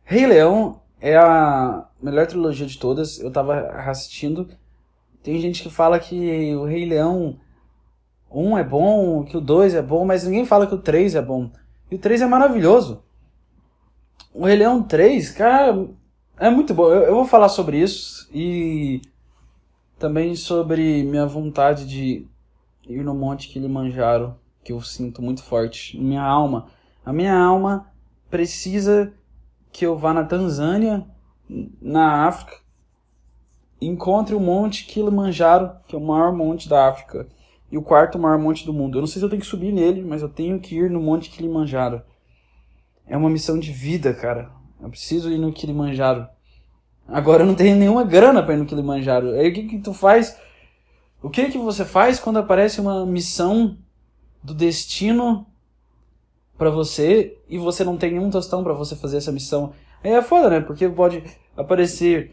Rei Leão é a melhor trilogia de todas. Eu tava assistindo. Tem gente que fala que o Rei Leão 1 é bom, que o 2 é bom, mas ninguém fala que o 3 é bom. E o 3 é maravilhoso. O Rei Leão 3, cara, é muito bom. Eu vou falar sobre isso e também sobre minha vontade de ir no Monte Kilimanjaro, que eu sinto muito forte. Minha alma. A minha alma precisa que eu vá na Tanzânia, na África, encontre o Monte Kilimanjaro, que é o maior monte da África e o quarto maior monte do mundo. Eu não sei se eu tenho que subir nele, mas eu tenho que ir no Monte Kilimanjaro. É uma missão de vida, cara. Eu preciso ir no Kilimanjaro. Agora eu não tenho nenhuma grana pra ir no Kilimanjaro. Aí o que tu faz? O que você faz quando aparece uma missão do destino pra você e você não tem nenhum tostão pra você fazer essa missão? Aí é foda, né? Porque pode aparecer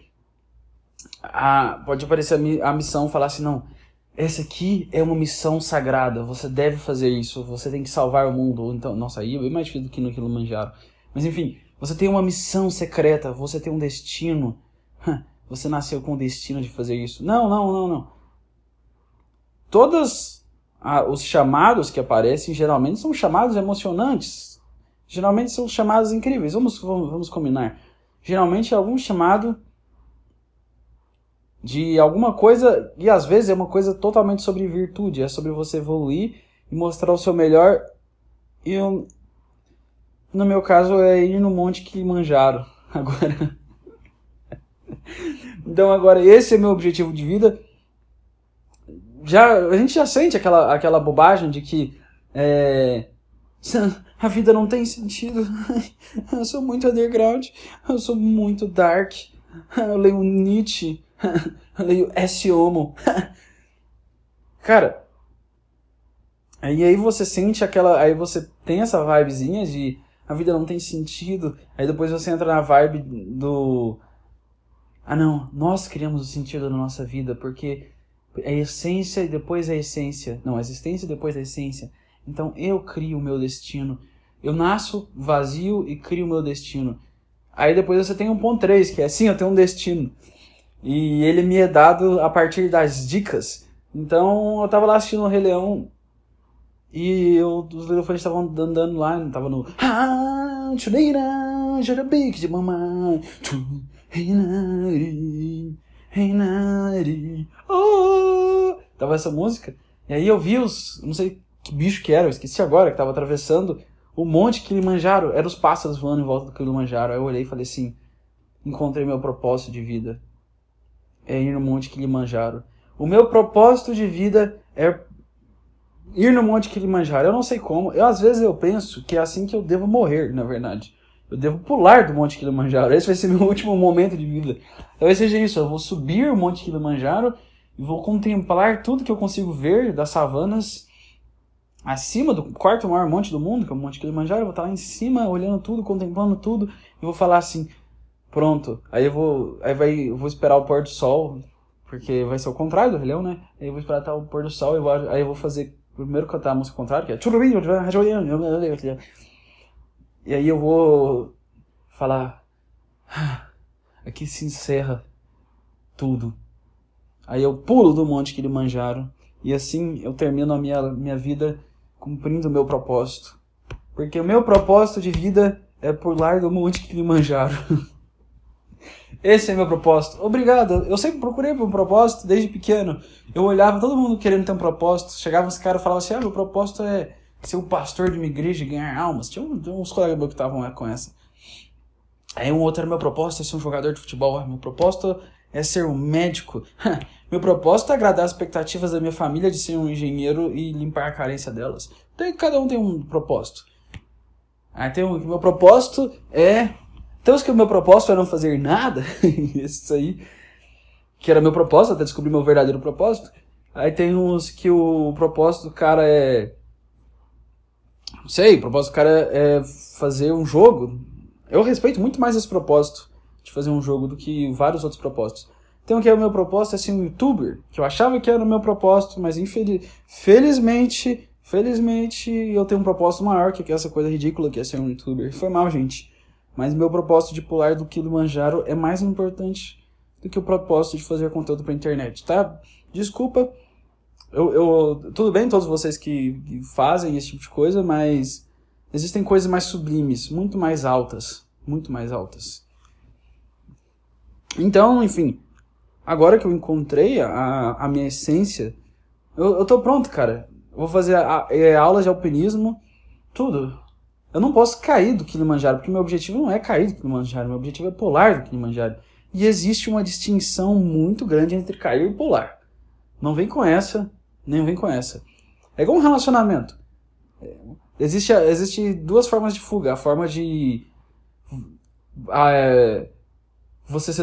a missão, falar assim, não, essa aqui é uma missão sagrada, você deve fazer isso, você tem que salvar o mundo. Então, nossa, aí é bem mais difícil do que no Kilimanjaro. Mas enfim, você tem uma missão secreta, você tem um destino. Você nasceu com o destino de fazer isso. Não. Todos os chamados que aparecem geralmente são chamados emocionantes. Geralmente são chamados incríveis. Vamos combinar. Geralmente é algum chamado de alguma coisa, e às vezes é uma coisa totalmente sobre virtude, é sobre você evoluir e mostrar o seu melhor. E no meu caso é ir no Monte Kilimanjaro agora. Então agora esse é meu objetivo de vida. A gente já sente aquela bobagem de que a vida não tem sentido. Eu sou muito underground, eu sou muito dark, eu leio Nietzsche, eu leio S. Homo. Cara, aí você sente aí você tem essa vibezinha de a vida não tem sentido, aí depois você entra na vibe do não, nós criamos o sentido da nossa vida, porque é essência e depois é essência. Não, existência e depois é essência. Então eu crio o meu destino. Eu nasço vazio e crio o meu destino. Aí depois você tem 1.3, que é sim, eu tenho um destino. E ele me é dado a partir das dicas. Então eu tava lá assistindo o Rei Leão e os elefantes estavam andando lá, não tava no de mamãe. Tava essa música. E aí eu vi não sei que bicho que era, eu esqueci agora, que tava atravessando o Monte Kilimanjaro. Eram os pássaros voando em volta do Kilimanjaro. Aí eu olhei e falei assim, encontrei meu propósito de vida. É ir no Monte Kilimanjaro. O meu propósito de vida é ir no Monte Kilimanjaro. Eu não sei como. Às vezes eu penso que é assim que eu devo morrer, na verdade. Eu devo pular do Monte Kilimanjaro. Esse vai ser meu último momento de vida. Talvez seja isso. Eu vou subir o Monte Kilimanjaro e vou contemplar tudo que eu consigo ver das savanas acima do quarto maior monte do mundo, que é o Monte Kilimanjaro. Eu vou estar lá em cima, olhando tudo, contemplando tudo. E vou falar assim, pronto. Aí eu vou esperar o pôr do sol, porque vai ser o contrário do Rei Leão, né? Aí eu vou esperar até o pôr do sol. Aí eu vou fazer, primeiro cantar a música contrária, que é... E aí eu vou falar, aqui se encerra tudo. Aí eu pulo do Monte Kilimanjaro e assim eu termino a minha vida cumprindo o meu propósito. Porque o meu propósito de vida é pular do Monte Kilimanjaro. Esse é meu propósito. Obrigado. Eu sempre procurei por um propósito desde pequeno. Eu olhava todo mundo querendo ter um propósito. Chegava uns caras e falavam assim, meu propósito é ser um pastor de uma igreja e ganhar almas. Tinha uns colegas meus que estavam com essa. Aí um outro era, meu propósito é ser um jogador de futebol. Meu propósito é ser um médico. Meu propósito é agradar as expectativas da minha família de ser um engenheiro e limpar a carência delas. Então cada um tem um propósito. Aí tem meu propósito é... Tem uns que o meu propósito é não fazer nada. Esse aí, que era meu propósito, até descobrir meu verdadeiro propósito. Aí tem uns que o propósito do cara é... Não sei, o propósito do cara é fazer um jogo. Eu respeito muito mais esse propósito de fazer um jogo do que vários outros propósitos. Tem um que é o meu propósito, é ser um youtuber, que eu achava que era o meu propósito, mas felizmente eu tenho um propósito maior, que é essa coisa ridícula que é ser um youtuber. Foi mal, gente. Mas meu propósito de pular do Kilimanjaro é mais importante do que o propósito de fazer conteúdo pra internet, tá? Desculpa, tudo bem todos vocês que fazem esse tipo de coisa, mas existem coisas mais sublimes, muito mais altas. Então, enfim, agora que eu encontrei a minha essência, eu tô pronto, cara. Eu vou fazer aulas de alpinismo, tudo. Eu não posso cair do Kilimanjaro, porque meu objetivo não é cair do Kilimanjaro, meu objetivo é pular do Kilimanjaro. E existe uma distinção muito grande entre cair e pular. Não vem com essa, nem vem com essa. É igual um relacionamento. Existe duas formas de fuga. A forma de você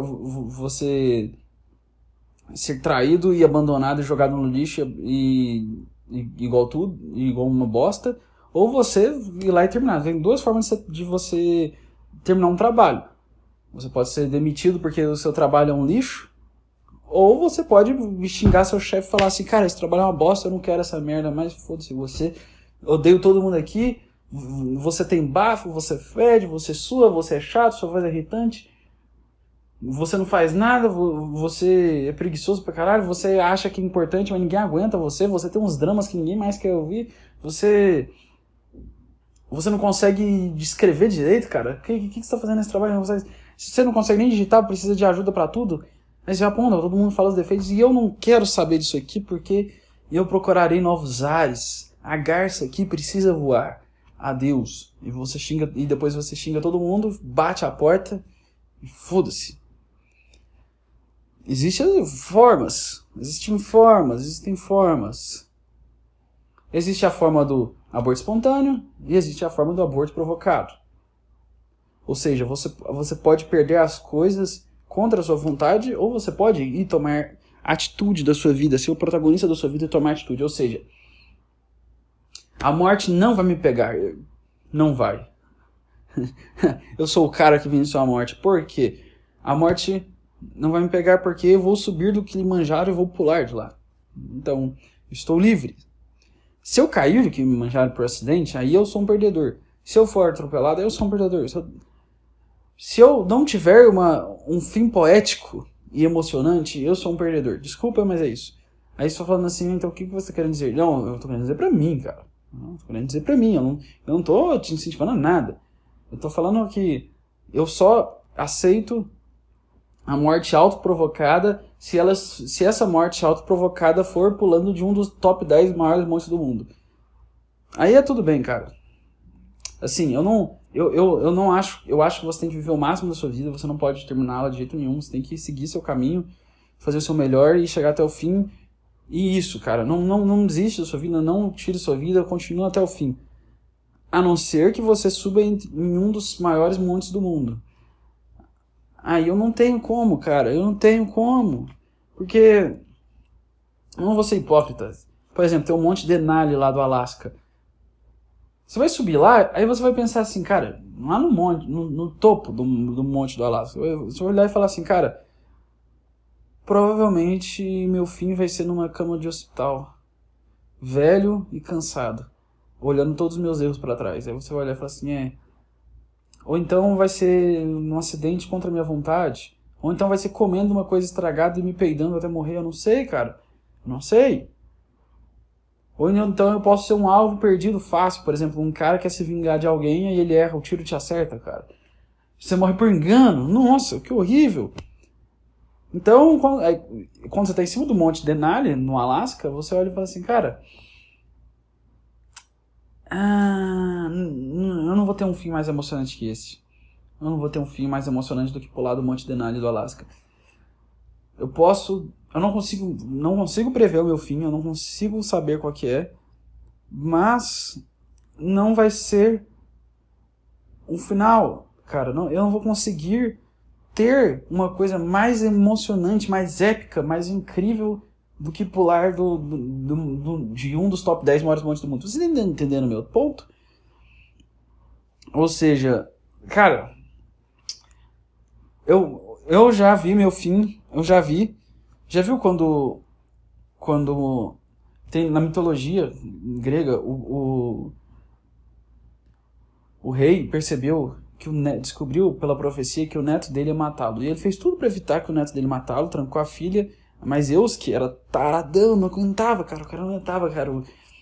ser traído e abandonado e jogado no lixo e igual uma bosta, ou você ir lá e terminar. Tem duas formas de você terminar um trabalho. Você pode ser demitido porque o seu trabalho é um lixo, ou você pode xingar seu chefe e falar assim, cara, esse trabalho é uma bosta, eu não quero essa merda mais, foda-se você, odeio todo mundo aqui, você tem bafo, você fede, você sua, você é chato, sua voz é irritante, você não faz nada, você é preguiçoso pra caralho, você acha que é importante, mas ninguém aguenta você tem uns dramas que ninguém mais quer ouvir, você não consegue descrever direito, cara. O que você tá fazendo nesse trabalho? Se você não consegue nem digitar, precisa de ajuda pra tudo, aí você aponta, todo mundo fala os defeitos, e eu não quero saber disso aqui, porque eu procurarei novos ares. A garça aqui precisa voar. Adeus. E depois você xinga todo mundo, bate a porta e foda-se. Existem formas. Existe a forma do aborto espontâneo e existe a forma do aborto provocado. Ou seja, você pode perder as coisas contra a sua vontade, ou você pode ir tomar atitude da sua vida, ser o protagonista da sua vida e tomar atitude. Ou seja, a morte não vai me pegar. Não vai. Eu sou o cara que venceu a morte. Por quê? A morte não vai me pegar porque eu vou subir do Kilimanjaro e vou pular de lá. Então, estou livre. Se eu cair do Kilimanjaro por acidente, aí eu sou um perdedor. Se eu for atropelado, eu sou um perdedor. Se eu não tiver um fim poético e emocionante, eu sou um perdedor. Desculpa, mas é isso. Aí você tá falando assim, então o que você tá querendo dizer? Não, eu tô querendo dizer pra mim, cara. Eu tô querendo dizer pra mim, eu não tô te incentivando a nada. Eu tô falando que eu só aceito a morte autoprovocada se essa morte autoprovocada for pulando de um dos top 10 maiores montes do mundo. Aí é tudo bem, cara. Assim, eu não acho, eu acho que você tem que viver o máximo da sua vida, você não pode terminá-la de jeito nenhum, você tem que seguir seu caminho, fazer o seu melhor e chegar até o fim. E isso, cara, não desiste da sua vida, não tire sua vida, continua até o fim. A não ser que você suba em um dos maiores montes do mundo. Aí eu não tenho como, cara, porque eu não vou ser hipócrita. Por exemplo, tem um monte de Denali lá do Alasca. Você vai subir lá, aí você vai pensar assim, cara, lá no monte, no topo do monte do Alasca, você vai olhar e falar assim, cara, provavelmente meu fim vai ser numa cama de hospital, velho e cansado, olhando todos os meus erros pra trás. Aí você vai olhar e falar assim, ou então vai ser num acidente contra a minha vontade, ou então vai ser comendo uma coisa estragada e me peidando até morrer. Eu não sei, cara, eu não sei. Ou então eu posso ser um alvo perdido fácil, por exemplo, um cara quer se vingar de alguém e ele erra, o tiro te acerta, cara. Você morre por engano, nossa, que horrível. Então, quando você tá em cima do Monte Denali, no Alasca, você olha e fala assim, cara, eu não vou ter um fim mais emocionante que esse. Eu não vou ter um fim mais emocionante do que pular do Monte Denali do Alasca. Eu não consigo prever o meu fim, eu não consigo saber qual que é, mas não vai ser um final, cara. Eu não vou conseguir ter uma coisa mais emocionante, mais épica, mais incrível do que pular de um dos top 10 maiores montes do mundo. Você tá entendendo o meu ponto? Ou seja, cara, eu já vi meu fim, Já viu quando tem na mitologia grega o rei percebeu descobriu pela profecia que o neto dele ia matá-lo. E ele fez tudo pra evitar que o neto dele matá-lo, trancou a filha. Mas Eus, que era taradão, não aguentava, cara. O cara não aguentava, cara.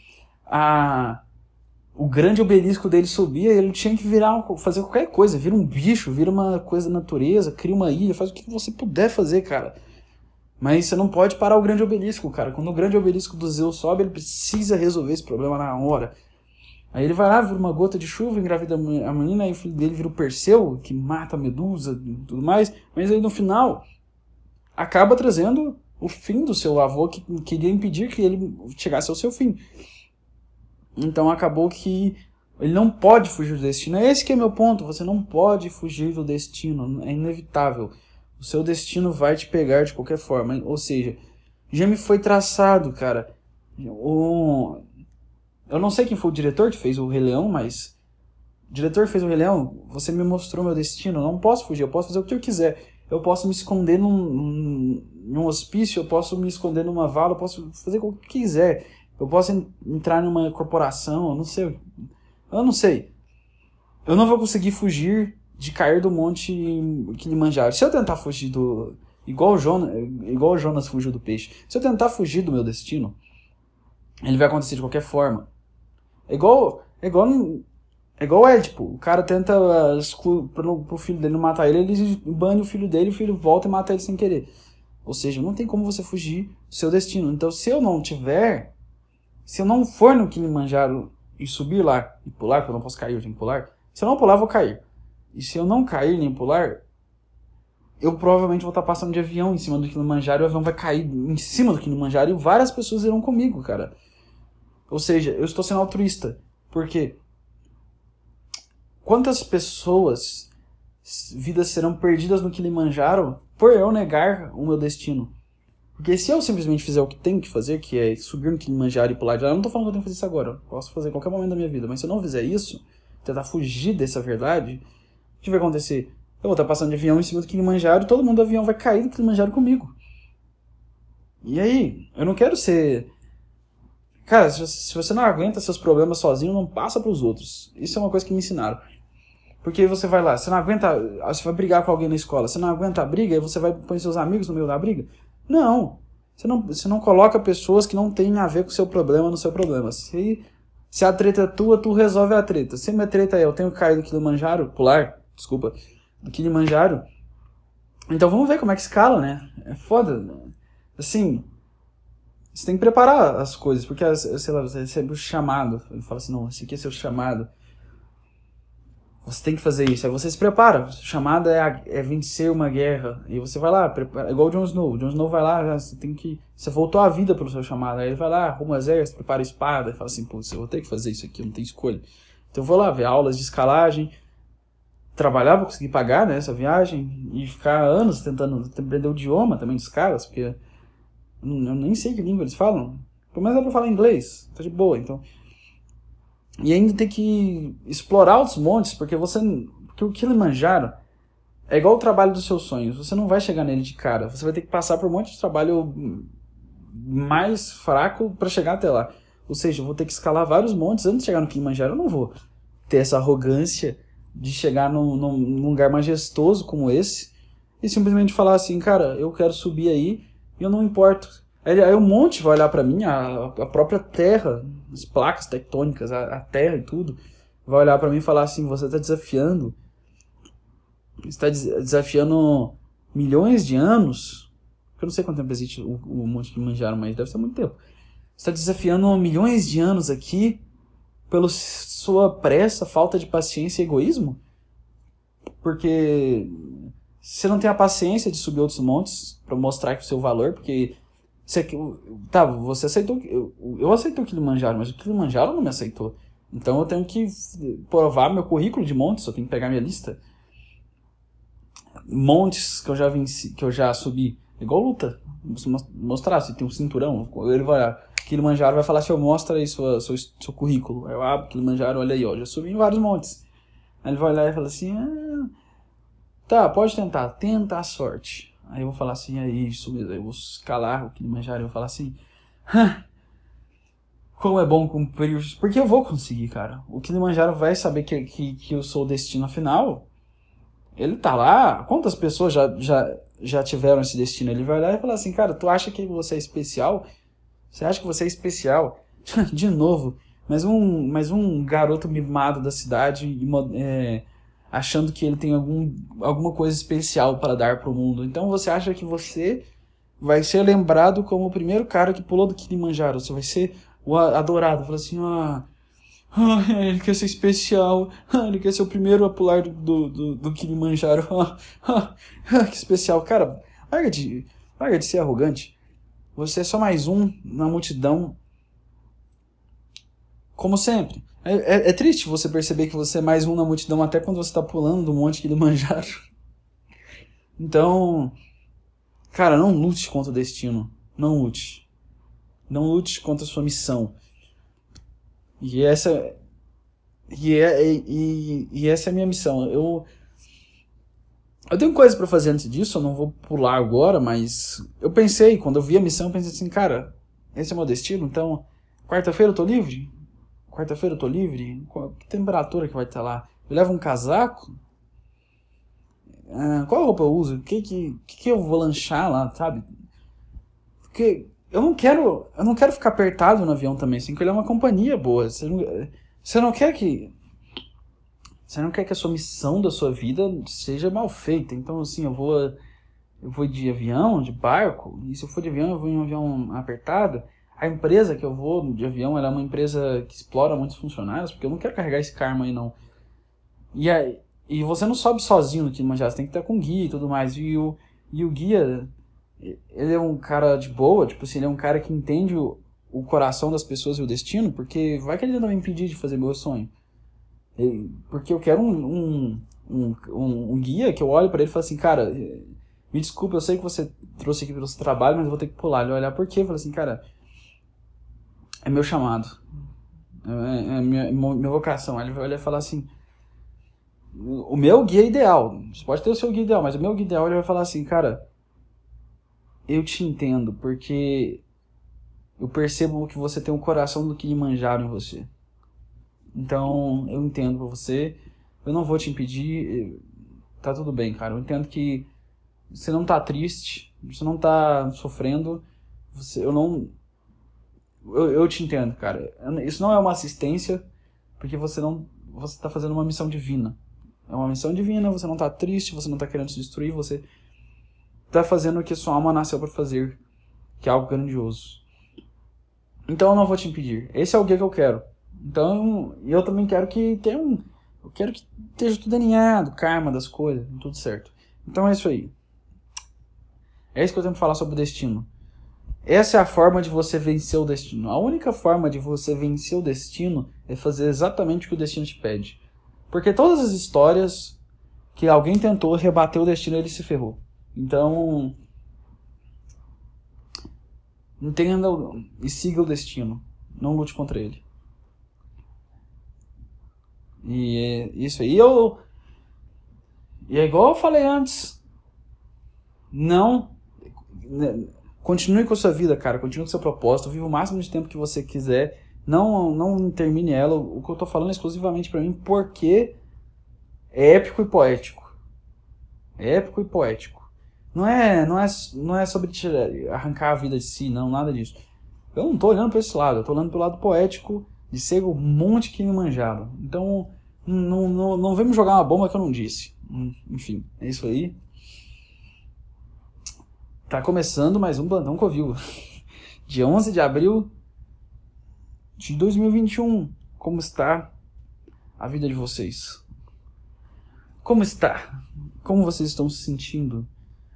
O grande obelisco dele subia e ele tinha que fazer qualquer coisa. Vira um bicho, vira uma coisa da natureza, cria uma ilha, faz o que você puder fazer, cara. Mas você não pode parar o grande obelisco, cara. Quando o grande obelisco do Zeus sobe, ele precisa resolver esse problema na hora. Aí ele vai lá, vira uma gota de chuva, engravida a menina, aí o filho dele vira o Perseu, que mata a Medusa e tudo mais. Mas aí no final, acaba trazendo o fim do seu avô, que queria impedir que ele chegasse ao seu fim. Então acabou que ele não pode fugir do destino. É esse que é meu ponto. Você não pode fugir do destino. É inevitável. O seu destino vai te pegar de qualquer forma. Ou seja, já me foi traçado, cara. Eu não sei quem foi o diretor que fez o Rei Leão, mas o diretor que fez o Rei Leão, você me mostrou meu destino. Eu não posso fugir. Eu posso fazer o que eu quiser. Eu posso me esconder num hospício. Eu posso me esconder numa vala. Eu posso fazer o que quiser. Eu posso entrar numa corporação, eu não sei. Eu não vou conseguir fugir de cair do monte Kilimanjaro. Se eu tentar fugir igual o Jonas fugiu do peixe. Se eu tentar fugir do meu destino, ele vai acontecer de qualquer forma. É igual o Édipo. O cara tenta pro filho dele não matar ele, ele bane o filho dele, o filho volta e mata ele sem querer. Ou seja, não tem como você fugir do seu destino. Então, se eu não for no Kilimanjaro e subir lá e pular, porque eu não posso cair, eu tenho que pular. Se eu não pular, eu vou cair. E se eu não cair nem pular, eu provavelmente vou estar passando de avião em cima do Kilimanjaro e o avião vai cair em cima do Kilimanjaro e várias pessoas irão comigo, cara. Ou seja, eu estou sendo altruísta. Por quê? Quantas vidas serão perdidas no Kilimanjaro por eu negar o meu destino? Porque se eu simplesmente fizer o que tenho que fazer, que é subir no Kilimanjaro e pular de lá, eu não tô falando que eu tenho que fazer isso agora, eu posso fazer em qualquer momento da minha vida, mas se eu não fizer isso, tentar fugir dessa verdade, o que vai acontecer? Eu vou estar passando de avião em cima do Kilimanjaro e todo mundo do avião vai cair do Kilimanjaro comigo. E aí? Eu não quero ser... Cara, se você não aguenta seus problemas sozinho, não passa pros outros. Isso é uma coisa que me ensinaram. Porque você vai lá, você não aguenta... Você vai brigar com alguém na escola, você não aguenta a briga e você vai pôr seus amigos no meio da briga? Não, você não coloca pessoas que não têm a ver com o seu problema no seu problema. Se a treta é tua, tu resolve a treta. Se a minha treta é eu tenho que cair do Kilimanjaro, do Kilimanjaro, então vamos ver como é que escala, né? É foda. Assim, você tem que preparar as coisas, porque, sei lá, você recebe o chamado. Ele fala assim, não, esse aqui é seu chamado. Você tem que fazer isso, aí você se prepara. A chamada é vencer uma guerra. E você vai lá, prepara, igual o Jon Snow. O Jon Snow vai lá, você voltou à vida pelo seu chamado. Aí ele vai lá, arruma o exército, prepara a espada. E fala assim, pô, eu vou ter que fazer isso aqui, eu não tenho escolha. Então eu vou lá ver aulas de escalagem, trabalhar para conseguir pagar, né, essa viagem. E ficar anos tentando aprender o idioma também dos caras, porque eu nem sei que língua eles falam. Pelo menos é pra falar inglês, tá de boa, então... E ainda tem que explorar os montes, porque o Kilimanjaro é igual o trabalho dos seus sonhos. Você não vai chegar nele de cara. Você vai ter que passar por um monte de trabalho mais fraco para chegar até lá. Ou seja, eu vou ter que escalar vários montes antes de chegar no Kilimanjaro. Eu não vou ter essa arrogância de chegar num lugar majestoso como esse e simplesmente falar assim, cara, eu quero subir aí e eu não importo. Aí o monte vai olhar pra mim, a própria terra, as placas tectônicas, a terra e tudo, vai olhar pra mim e falar assim, você tá desafiando milhões de anos, eu não sei quanto tempo existe o monte que manjaram, mas deve ser muito tempo. Você tá desafiando milhões de anos aqui pela sua pressa, falta de paciência e egoísmo? Porque você não tem a paciência de subir outros montes pra mostrar o seu valor, porque... Você aceitou... Eu aceitei o Kilimanjaro, mas o Kilimanjaro não me aceitou. Então eu tenho que provar meu currículo de montes, eu tenho que pegar minha lista. Montes que eu já venci, que eu já subi. Igual luta. Mostrar se tem um cinturão. Ele vai olhar. Kilimanjaro vai falar assim, mostra aí seu currículo. Aí eu abro Kilimanjaro, olha aí, ó, já subi em vários montes. Aí ele vai olhar e fala assim, tá, pode tentar. Tenta a sorte. Aí eu vou falar assim, é isso mesmo. Aí eu vou escalar o Kilimanjaro e eu vou falar assim, como é bom cumprir... Porque eu vou conseguir, cara. O Kilimanjaro vai saber que eu sou o destino final. Ele tá lá. Quantas pessoas já tiveram esse destino? Ele vai lá e falar assim, cara, tu acha que você é especial? Você acha que você é especial? De novo, mais um garoto mimado da cidade achando que ele tem alguma coisa especial para dar pro mundo. Então você acha que você vai ser lembrado como o primeiro cara que pulou do Kilimanjaro. Você vai ser o adorado. Fala assim, ele quer ser especial. Ele quer ser o primeiro a pular do Kilimanjaro. Que especial. Cara, larga de ser arrogante. Você é só mais um na multidão. Como sempre. É triste você perceber que você é mais um na multidão até quando você está pulando do monte Kilimanjaro. Então, cara, não lute contra o destino. Não lute. Não lute contra a sua missão. E essa é a minha missão. Eu tenho coisas pra fazer antes disso, eu não vou pular agora, mas eu pensei, quando eu vi a missão, eu pensei assim, cara, esse é o meu destino, então, quarta-feira eu tô livre? Quarta-feira eu tô livre? Que temperatura que vai estar lá? Eu levo um casaco? Qual roupa eu uso? O que eu vou lanchar lá, sabe? Porque eu não quero ficar apertado no avião também, sem que ele é uma companhia boa. Você não quer que a sua missão da sua vida seja mal feita. Então, assim, eu vou de avião, de barco, e se eu for de avião, eu vou em um avião apertado. A empresa que eu vou de avião, ela é uma empresa que explora muitos funcionários, porque eu não quero carregar esse karma aí, não. E você não sobe sozinho no Kilimanjaro, você tem que estar com guia e tudo mais. E o guia, ele é um cara de boa, tipo assim, ele é um cara que entende o coração das pessoas e o destino, porque vai que ele não vai me impedir de fazer meu sonho. Porque eu quero um guia que eu olho pra ele e falo assim, cara, me desculpa, eu sei que você trouxe aqui pelo seu trabalho, mas eu vou ter que pular. Ele vai olhar por quê? Eu falo assim, cara, é meu chamado, é minha vocação. Aí ele vai olhar e falar assim, o meu guia ideal, você pode ter o seu guia ideal, mas o meu guia ideal, ele vai falar assim, cara, eu te entendo, porque eu percebo que você tem o coração do Kilimanjaro em você. Então, eu entendo você, eu não vou te impedir, tá tudo bem, cara. Eu entendo que você não tá triste, você não tá sofrendo, eu te entendo, cara. Isso não é uma assistência, porque você tá fazendo uma missão divina. É uma missão divina, você não tá triste, você não tá querendo se destruir, você tá fazendo o que sua alma nasceu pra fazer, que é algo grandioso. Então eu não vou te impedir. Esse é o guia que eu quero. Então, eu também quero que eu quero que esteja tudo alinhado, karma das coisas, tudo certo. Então é isso aí. É isso que eu tenho que falar sobre o destino. Essa é a forma de você vencer o destino. A única forma de você vencer o destino é fazer exatamente o que o destino te pede. Porque todas as histórias que alguém tentou rebater o destino, ele se ferrou. Então, entenda e siga o destino. Não lute contra ele. E é isso aí. E é igual eu falei antes. Não. Continue com a sua vida, cara. Continue com o seu propósito. Viva o máximo de tempo que você quiser. Não termine ela. O que eu tô falando é exclusivamente pra mim porque é épico e poético. É épico e poético. Não é sobre arrancar a vida de si, não, nada disso. Eu não tô olhando pra esse lado. Eu tô olhando pro lado poético de ser o Monte Kilimanjaro. Então, não vem me jogar uma bomba que eu não disse. Enfim, é isso aí. Tá começando mais um Plantão Covil. Dia 11 de abril de 2021. Como está a vida de vocês? Como está? Como vocês estão se sentindo?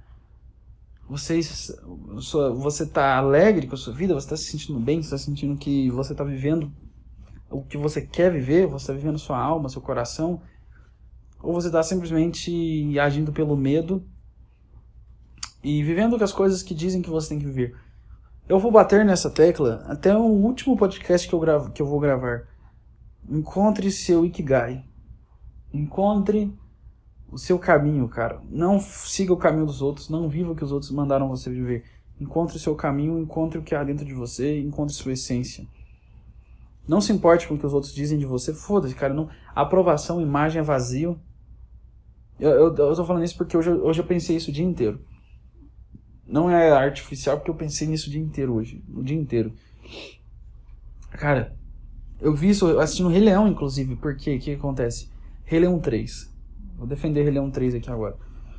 Você tá alegre com a sua vida? Você está se sentindo bem? Você está sentindo que você está vivendo o que você quer viver? Você está vivendo sua alma, seu coração? Ou você está simplesmente agindo pelo medo e vivendo as coisas que dizem que você tem que viver? Eu vou bater nessa tecla até o último podcast que eu vou gravar. Encontre seu Ikigai. Encontre o seu caminho, cara. Não siga o caminho dos outros. Não viva o que os outros mandaram você viver. Encontre o seu caminho. Encontre o que há dentro de você. Encontre sua essência. Não se importe com o que os outros dizem de você. Foda-se, cara. Não, aprovação, imagem é vazio. Eu tô falando isso porque hoje eu pensei isso o dia inteiro. Não é artificial porque eu pensei nisso o dia inteiro hoje. O dia inteiro. Cara, eu vi isso assistindo Rei Leão, inclusive. Por quê? O que acontece? Rei Leão 3. Vou defender Rei Leão 3 aqui agora.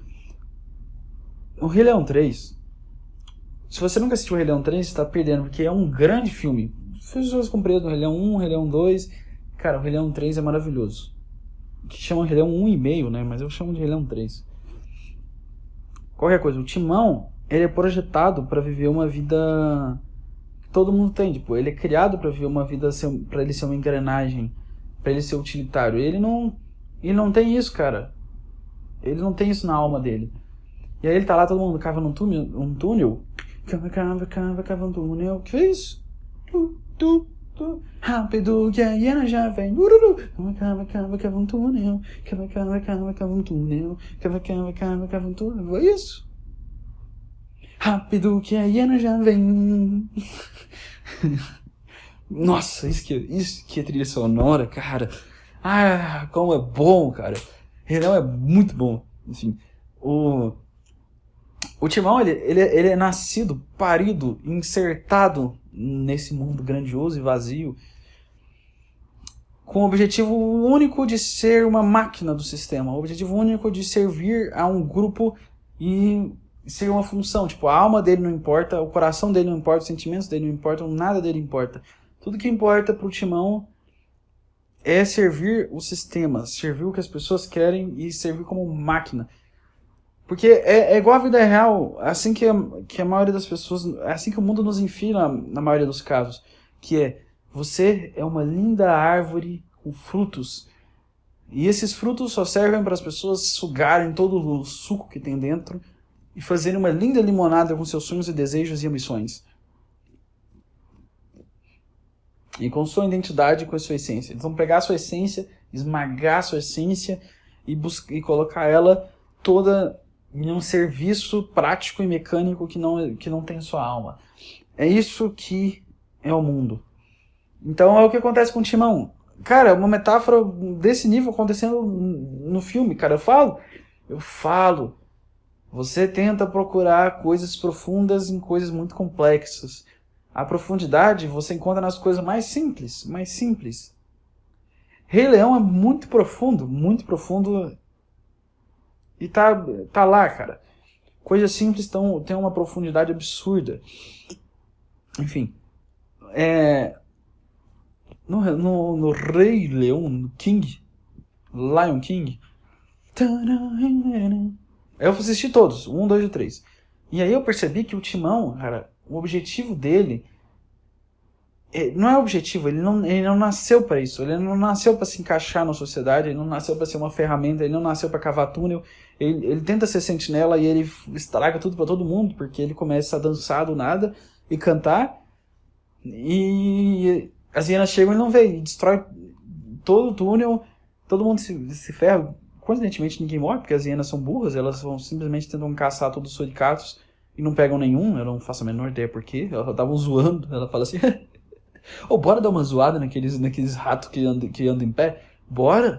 O Rei Leão 3... Se você nunca assistiu o Rei Leão 3, você tá perdendo. Porque é um grande filme. As pessoas compreendem o Rei Leão 1, o Rei Leão 2. Cara, o Rei Leão 3 é maravilhoso. Que chama Rei Leão 1,5, né? Mas eu chamo de Rei Leão 3. Qualquer coisa. O Timão, ele é projetado pra viver uma vida... Todo mundo tem, tipo, ele é criado pra viver uma vida, pra ele ser uma engrenagem, pra ele ser utilitário. Ele não tem isso, cara. Ele não tem isso na alma dele. E aí ele tá lá, todo mundo cava num túnel. Cava um túnel. Que é isso? Rápido que a hiena já vem. Cava um túnel. Cava um túnel. Cava um túnel. É isso? Rápido que a hiena já vem. Nossa, isso que é trilha sonora, cara. Ah, como é bom, cara. Rei Leão é muito bom. Enfim, o Timão, ele é nascido, parido, insertado nesse mundo grandioso e vazio com o objetivo único de ser uma máquina do sistema. O objetivo único de servir a um grupo e ser uma função, tipo, a alma dele não importa, o coração dele não importa, os sentimentos dele não importam, nada dele importa. Tudo que importa pro Timão é servir o sistema, servir o que as pessoas querem e servir como máquina. Porque é igual a vida real, assim que a maioria das pessoas, é assim que o mundo nos enfia na maioria dos casos, que é, você é uma linda árvore com frutos, e esses frutos só servem para as pessoas sugarem todo o suco que tem dentro, e fazerem uma linda limonada com seus sonhos e desejos e ambições. E com sua identidade e com a sua essência. Eles vão pegar a sua essência, esmagar a sua essência e colocar ela toda em um serviço prático e mecânico que não tem sua alma. É isso que é o mundo. Então é o que acontece com o Timão. Cara, uma metáfora desse nível acontecendo no filme, cara. Eu falo. Você tenta procurar coisas profundas em coisas muito complexas. A profundidade você encontra nas coisas mais simples, mais simples. Rei Leão é muito profundo e tá lá, cara. Coisas simples têm uma profundidade absurda. Enfim, no Rei Leão, no Lion King, eu assisti todos, 1, 2 e 3. E aí eu percebi que o Timão, cara, o objetivo dele não é objetivo, ele não nasceu para isso, ele não nasceu para se encaixar na sociedade, ele não nasceu para ser uma ferramenta, ele não nasceu para cavar túnel, ele tenta ser sentinela e ele estraga tudo para todo mundo, porque ele começa a dançar do nada e cantar, e as hienas chegam e não vê, e destrói todo o túnel, todo mundo se ferra. Coincidentemente ninguém morre, porque as hienas são burras, elas vão simplesmente tentam caçar todos os suricatos e não pegam nenhum, eu não faço a menor ideia porquê, elas estavam zoando, ela fala assim, bora dar uma zoada naqueles ratos que andam em pé, bora,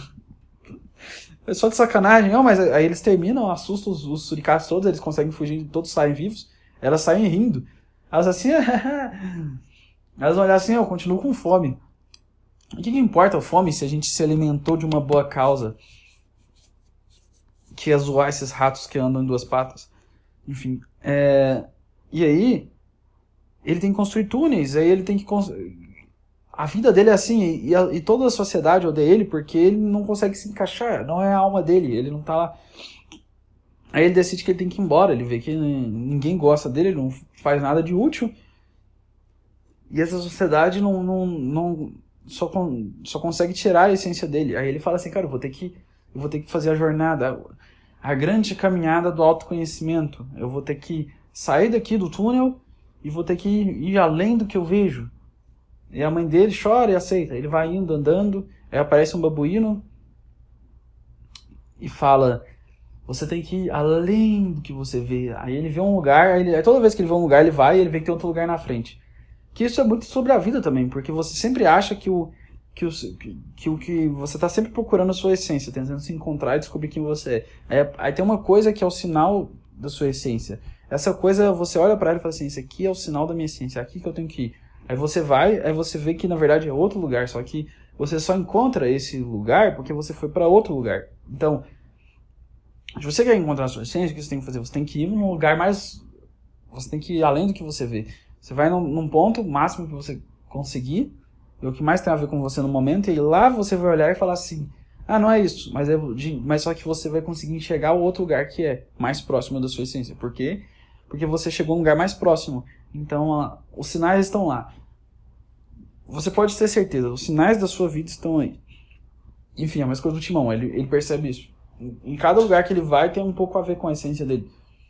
é só de sacanagem, mas aí eles terminam, assustam os suricatos todos, eles conseguem fugir, todos saem vivos, elas saem rindo, elas assim, elas vão olhar assim, eu continuo com fome. O que importa a fome se a gente se alimentou de uma boa causa? Que é zoar esses ratos que andam em duas patas. Enfim. E aí, ele tem que construir túneis, aí ele tem que a vida dele é assim, e toda a sociedade odeia ele porque ele não consegue se encaixar, não é a alma dele, ele não tá lá. Aí ele decide que ele tem que ir embora, ele vê que ninguém gosta dele, ele não faz nada de útil, e essa sociedade só consegue tirar a essência dele. Aí ele fala assim, cara, eu vou ter que fazer a jornada, a grande caminhada do autoconhecimento, eu vou ter que sair daqui do túnel e vou ter que ir além do que eu vejo. E a mãe dele chora e aceita. Ele vai indo, andando, aí aparece um babuíno e fala, você tem que ir além do que você vê. Aí ele vê um lugar, aí toda vez que ele vê um lugar, ele vai e ele vê que tem outro lugar na frente. que isso é muito sobre a vida também, porque você sempre acha que o que você está sempre procurando a sua essência, tentando se encontrar e descobrir quem você é. Aí tem uma coisa que é o sinal da sua essência. Essa coisa, você olha para ela e fala assim, esse aqui é o sinal da minha essência, é aqui que eu tenho que ir. Aí você vai, aí você vê que na verdade é outro lugar, só que você só encontra esse lugar porque você foi para outro lugar. Então, se você quer encontrar a sua essência, o que você tem que fazer? Você tem que ir num lugar mais... Você tem que ir além do que você vê. Você vai num ponto máximo que você conseguir, e o que mais tem a ver com você no momento, e lá você vai olhar e falar assim, ah, não é isso, mas só que você vai conseguir enxergar o outro lugar que é mais próximo da sua essência. Por quê? Porque você chegou num lugar mais próximo. Então, os sinais estão lá. Você pode ter certeza, os sinais da sua vida estão aí. Enfim, é mais coisa do Timão, ele percebe isso. Em cada lugar que ele vai tem um pouco a ver com a essência dele.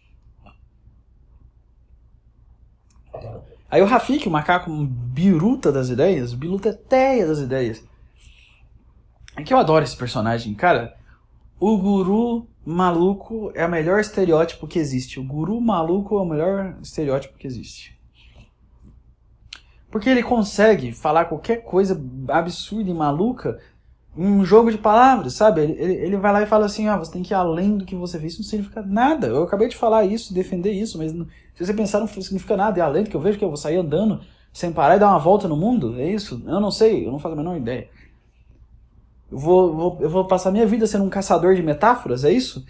Aí o Rafik, o macaco biruta das ideias, biruteteia das ideias. É que eu adoro esse personagem, cara. O guru maluco é o melhor estereótipo que existe. O guru maluco é o melhor estereótipo que existe. Porque ele consegue falar qualquer coisa absurda e maluca em um jogo de palavras, sabe? Ele vai lá e fala assim, você tem que ir além do que você vê. Isso não significa nada. Eu acabei de falar isso, defender isso, mas se você pensar, não significa nada. É além do que eu vejo, que eu vou sair andando sem parar e dar uma volta no mundo. É isso? Eu não sei, eu não faço a menor ideia. Eu vou passar minha vida sendo um caçador de metáforas, é isso?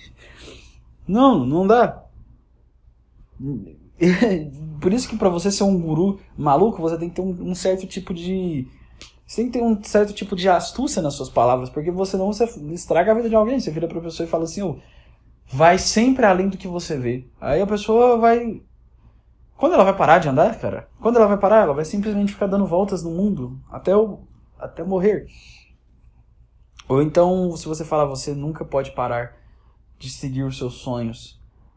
Não dá. Por isso que pra você ser um guru maluco, você tem que ter um certo tipo de... Você tem que ter um certo tipo de astúcia nas suas palavras, porque senão você estraga a vida de alguém. Você vira pra pessoa e fala assim, vai sempre além do que você vê. Aí a pessoa vai... Quando ela vai parar de andar, cara? Quando ela vai parar? Ela vai simplesmente ficar dando voltas no mundo até morrer. Ou então, se você falar, você nunca pode parar de seguir os seus sonhos.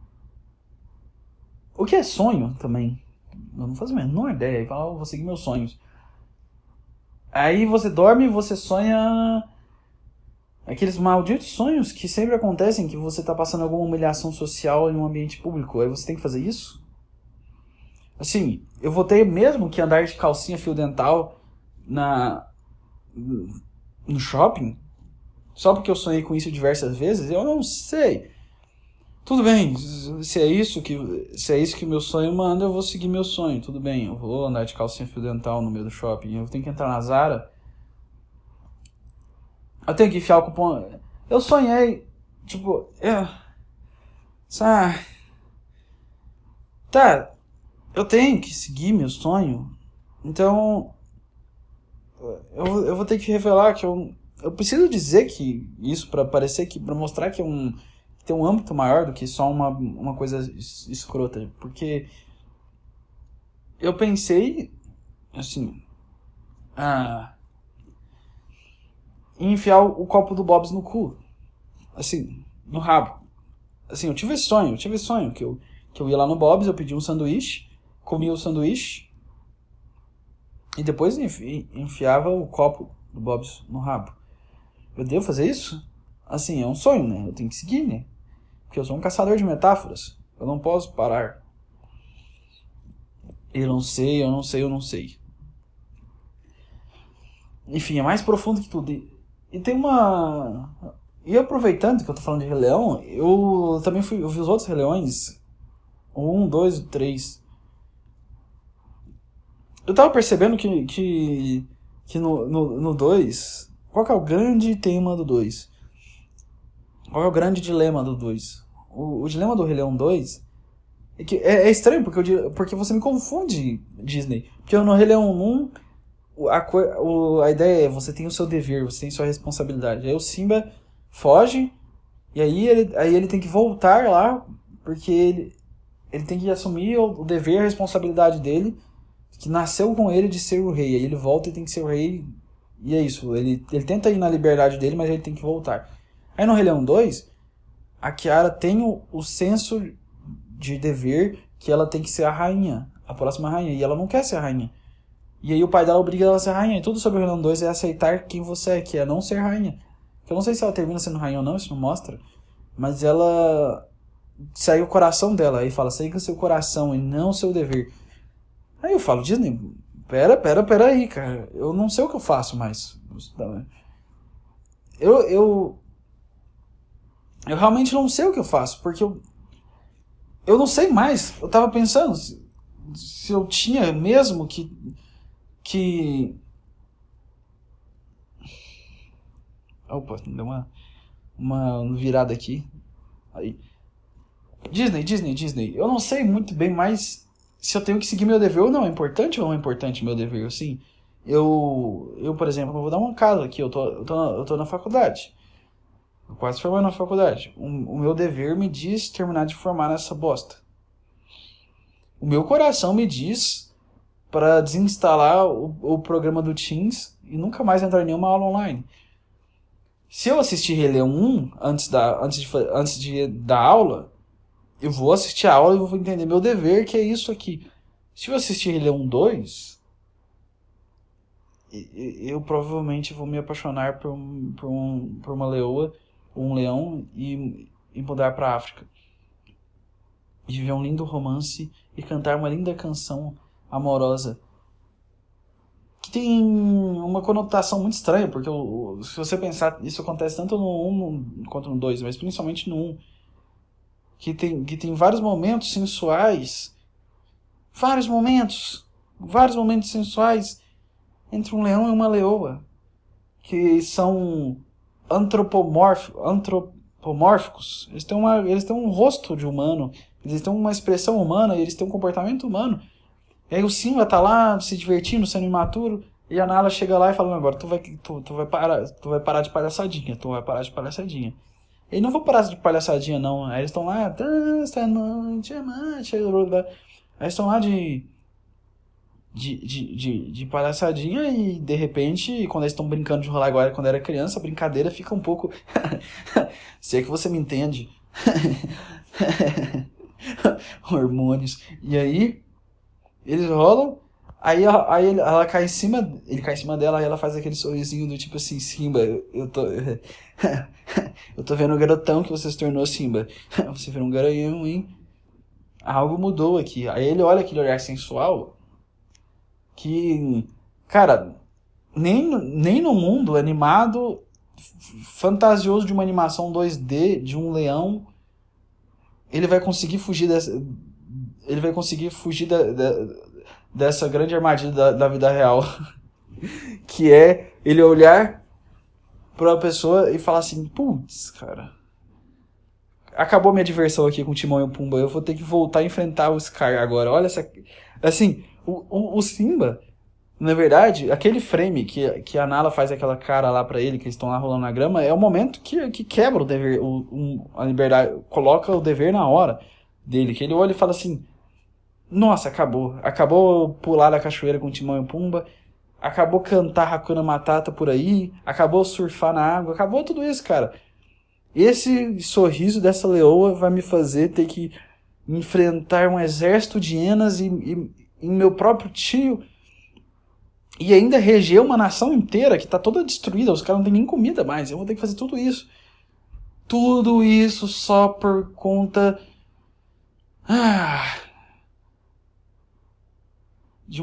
O que é sonho também? Eu não faço a menor ideia. Aí fala, vou seguir meus sonhos. Aí você dorme e você sonha aqueles malditos sonhos que sempre acontecem, que você está passando alguma humilhação social em um ambiente público. Aí você tem que fazer isso? Assim, eu vou ter mesmo que andar de calcinha fio dental no shopping? Só porque eu sonhei com isso diversas vezes? Eu não sei. Tudo bem, se é isso que o meu sonho manda, eu vou seguir meu sonho. Tudo bem, eu vou andar de calcinha fio dental no meio do shopping. Eu tenho que entrar na Zara. Eu tenho que enfiar o cupom. Eu sonhei, tipo... Tá, eu tenho que seguir meu sonho. Então... Eu vou ter que revelar que eu preciso dizer que isso para parecer que... Pra mostrar que tem um âmbito maior do que só uma coisa escrota. Porque... Eu pensei... Assim... em enfiar o copo do Bob's no cu. Assim, no rabo. Assim, eu tive esse sonho que eu ia lá no Bob's, eu pedi um sanduíche, comia o sanduíche e depois enfiava o copo do Bob's no rabo. Eu devo fazer isso? Assim, é um sonho, né? Eu tenho que seguir, né? Porque eu sou um caçador de metáforas. Eu não posso parar. Eu não sei. Enfim, é mais profundo que tudo. E tem uma... E aproveitando que eu tô falando de Rei Leão, eu também eu vi os outros Rei Leões. 1, 2, 3. Eu tava percebendo que no 2... Qual que é o grande tema do 2? Qual é o grande dilema do 2? O dilema do Rei Leão 2 é que é estranho, porque você me confunde, Disney. Porque no Rei Leão 1... A ideia é, você tem o seu dever, você tem sua responsabilidade. Aí o Simba foge, e aí ele tem que voltar lá, porque ele tem que assumir o dever, a responsabilidade dele, que nasceu com ele de ser o rei. Aí ele volta e tem que ser o rei, e é isso. Ele tenta ir na liberdade dele, mas ele tem que voltar. Aí no Rei Leão 2, a Kiara tem o senso de dever que ela tem que ser a rainha, a próxima rainha, e ela não quer ser a rainha. E aí o pai dela obriga ela a ser rainha. E tudo sobre o Rei Leão 2 é aceitar quem você é, que é não ser rainha. Eu não sei se ela termina sendo rainha ou não, isso não mostra. Mas ela... Segue o coração dela. Aí fala, segue o seu coração e não o seu dever. Aí eu falo, Disney, pera aí, cara. Eu não sei o que eu faço mais. Eu realmente não sei o que eu faço, porque eu não sei mais. Eu tava pensando se eu tinha mesmo que... Opa, deu uma virada aqui. Aí. Disney. Eu não sei muito bem mais se eu tenho que seguir meu dever ou não. É importante ou não é importante meu dever? Assim, por exemplo, eu vou dar um caso aqui. Eu tô na faculdade. Eu quase formando na faculdade. O meu dever me diz terminar de formar nessa bosta. O meu coração me diz para desinstalar o programa do Teams e nunca mais entrar em nenhuma aula online. Se eu assistir Rei Leão 1 antes de dar aula, eu vou assistir a aula e vou entender meu dever, que é isso aqui. Se eu assistir Rei Leão 2, eu provavelmente vou me apaixonar por uma leoa, um leão e mudar para a África. E viver um lindo romance e cantar uma linda canção amorosa. Que tem uma conotação muito estranha, porque se você pensar, isso acontece tanto no 1 quanto no 2, mas principalmente no 1. Que tem vários momentos sensuais. Vários momentos sensuais entre um leão e uma leoa. Que são antropomórficos. Eles têm um rosto de humano. Eles têm uma expressão humana. Eles têm um comportamento humano. E aí o Simba tá lá se divertindo, sendo imaturo. E a Nala chega lá e fala, agora tu vai parar de palhaçadinha. E não vou parar de palhaçadinha, não. Aí eles estão lá, esta noite é mate. Aí eles estão lá de palhaçadinha e, de repente, quando eles estão brincando de rolar agora, quando era criança, a brincadeira fica um pouco... Se é que você me entende. Hormônios. E aí, eles rolam, aí ela cai em cima, ele cai em cima dela, aí ela faz aquele sorrisinho do tipo assim, Simba, eu tô vendo o garotão que você se tornou, Simba. Você virou um garanhão, hein? Algo mudou aqui. Aí ele olha aquele olhar sensual que, cara, nem no mundo animado, fantasioso de uma animação 2D, de um leão, ele vai conseguir fugir dessa grande armadilha da vida real. Que é ele olhar pra uma pessoa e falar assim, putz, cara, acabou minha diversão aqui com o Timão e o Pumba, eu vou ter que voltar a enfrentar o Scar agora. Olha essa... Assim, o Simba, na verdade, aquele frame que a Nala faz aquela cara lá pra ele, que eles estão lá rolando na grama, é o momento que quebra o dever, a liberdade, coloca o dever na hora dele, que ele olha e fala assim, nossa, acabou pular da cachoeira com o Timão e o Pumba, acabou cantar Hakuna Matata por aí, acabou surfar na água, acabou tudo isso, cara. Esse sorriso dessa leoa vai me fazer ter que enfrentar um exército de hienas e meu próprio tio, e ainda reger uma nação inteira que tá toda destruída, os caras não tem nem comida mais, eu vou ter que fazer tudo isso. Tudo isso só por conta... de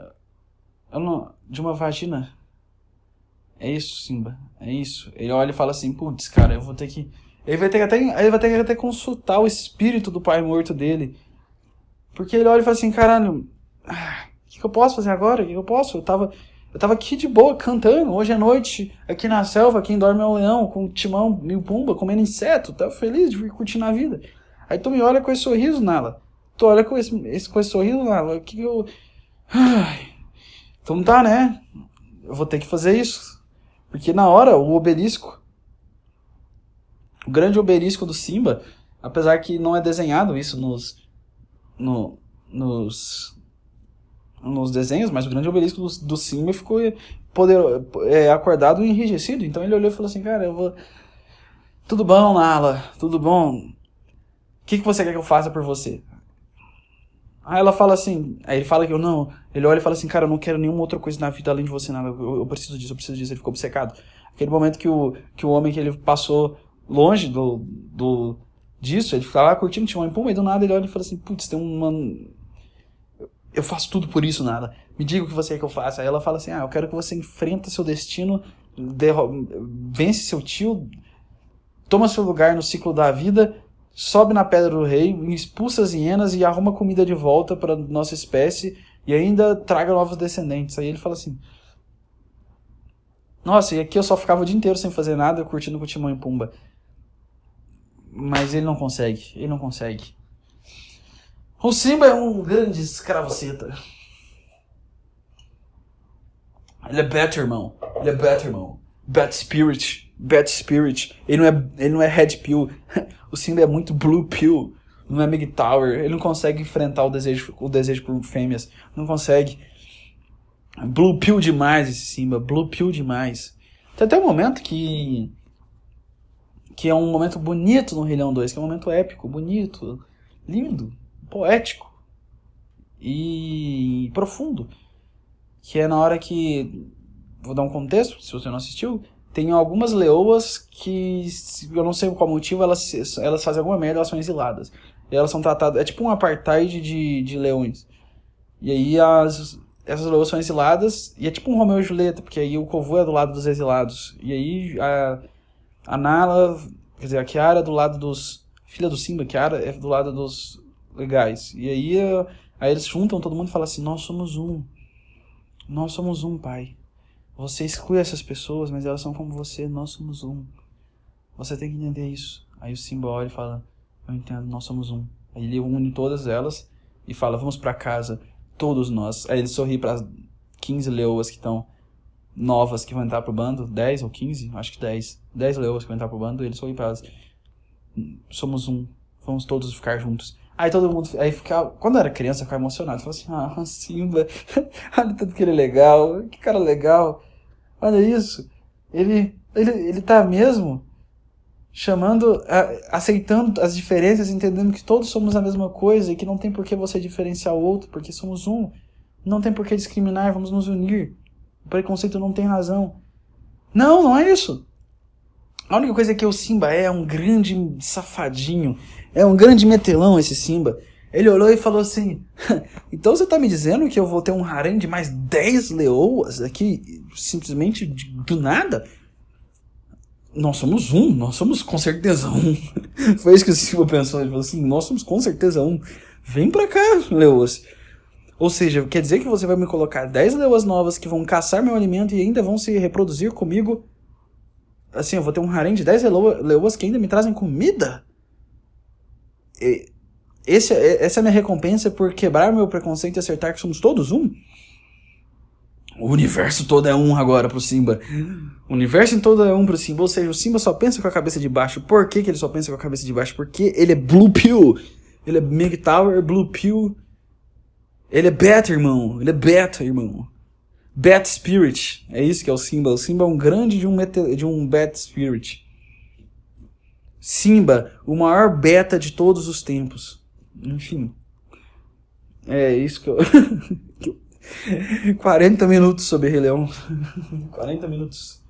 uma vagina. É isso, Simba. É isso. Ele olha e fala assim, putz, cara, eu vou ter que... Ele vai ter que até consultar o espírito do pai morto dele. Porque ele olha e fala assim, caralho, o que eu posso fazer agora? O que eu posso? Eu tava aqui de boa, cantando, hoje à noite, aqui na selva, quem dorme é o leão, com o Timão e o Pumba, comendo inseto, tava feliz de vir curtindo a vida. Aí tu me olha com esse sorriso, Nala. Tu olha com esse sorriso, Nala, o que eu... Então tá, né? Eu vou ter que fazer isso. Porque na hora, o obelisco, o grande obelisco do Simba, apesar que não é desenhado isso nos desenhos, mas o grande obelisco do Simba ficou acordado e enrijecido. Então ele olhou e falou assim, cara, eu vou... Tudo bom, Nala, tudo bom. O que você quer que eu faça por você? Aí ela fala assim, aí ele fala que eu não, ele olha e fala assim, cara, eu não quero nenhuma outra coisa na vida além de você, nada, eu preciso disso, ele ficou obcecado. Aquele momento que o homem que ele passou longe disso, ele ficava lá curtindo, tinha um Pumba, e do nada ele olha e fala assim, putz, tem uma... eu faço tudo por isso, Nala. Me diga o que você quer que eu faça. Aí ela fala assim, eu quero que você enfrenta seu destino, vence seu tio, toma seu lugar no ciclo da vida, sobe na Pedra do Rei, expulsa as hienas e arruma comida de volta para nossa espécie e ainda traga novos descendentes. Aí ele fala assim, nossa, e aqui eu só ficava o dia inteiro sem fazer nada, curtindo com o Timão e Pumba. Mas ele não consegue. O Simba é um grande escravoceta. Ele é better, irmão. Bad Spirit. Ele não é Red Pill. O Simba é muito Blue Pill. Não é MGTOWER. Ele não consegue enfrentar o desejo por fêmeas. Não consegue. Blue Pill demais esse Simba. Blue Pill demais. Tem até um momento que é um momento bonito no Rei Leão 2. Que é um momento épico, bonito, lindo, poético e profundo. Que é na hora que... Vou dar um contexto, se você não assistiu. Tem algumas leoas que, eu não sei qual motivo, elas fazem alguma merda, elas são exiladas. E elas são tratadas... É tipo um apartheid de leões. E aí essas leoas são exiladas, e é tipo um Romeu e Julieta, porque aí o Kovu é do lado dos exilados. E aí a Nala, quer dizer, a Kiara é do lado dos... Filha do Simba, Kiara é do lado dos legais. E aí eles juntam todo mundo e falam assim, nós somos um, pai. Você exclui essas pessoas, mas elas são como você, nós somos um. Você tem que entender isso. Aí o Simba olha e fala, eu entendo, nós somos um. Aí ele une todas elas e fala, vamos pra casa, todos nós. Aí ele sorri para as 15 leoas que estão novas, que vão entrar pro bando, 10 ou 15, acho que 10 leoas que vão entrar pro bando, e ele sorri para elas, somos um, vamos todos ficar juntos. Aí todo mundo, quando eu era criança, eu ficava emocionado, eu falava assim, Simba, olha tanto que ele é legal, que cara legal, olha isso, ele tá mesmo chamando, aceitando as diferenças, entendendo que todos somos a mesma coisa e que não tem por que você diferenciar o outro, porque somos um, não tem por que discriminar, vamos nos unir, o preconceito não tem razão. Não é isso. A única coisa é que o Simba é um grande safadinho, é um grande metelão esse Simba. Ele olhou e falou assim, então você tá me dizendo que eu vou ter um harém de mais 10 leoas aqui, simplesmente do nada? Nós somos com certeza um. Foi isso que o Simba pensou, ele falou assim, nós somos com certeza um. Vem pra cá, leoas. Ou seja, quer dizer que você vai me colocar 10 leoas novas que vão caçar meu alimento e ainda vão se reproduzir comigo? Assim, eu vou ter um harém de 10 leoas que ainda me trazem comida? Essa é a minha recompensa por quebrar meu preconceito e acertar que somos todos um? O universo todo é um agora pro Simba. O universo todo é um pro Simba. Ou seja, o Simba só pensa com a cabeça de baixo. Por que ele só pensa com a cabeça de baixo? Porque ele é Blue Pill. Ele é MGTOWER, Blue Pill. Ele é beta, irmão. Bad Spirit. É isso que é o Simba. O Simba é um grande de um Bad Spirit. Simba, o maior beta de todos os tempos. Enfim. É isso que eu... 40 minutos sobre Rei Leão. 40 minutos.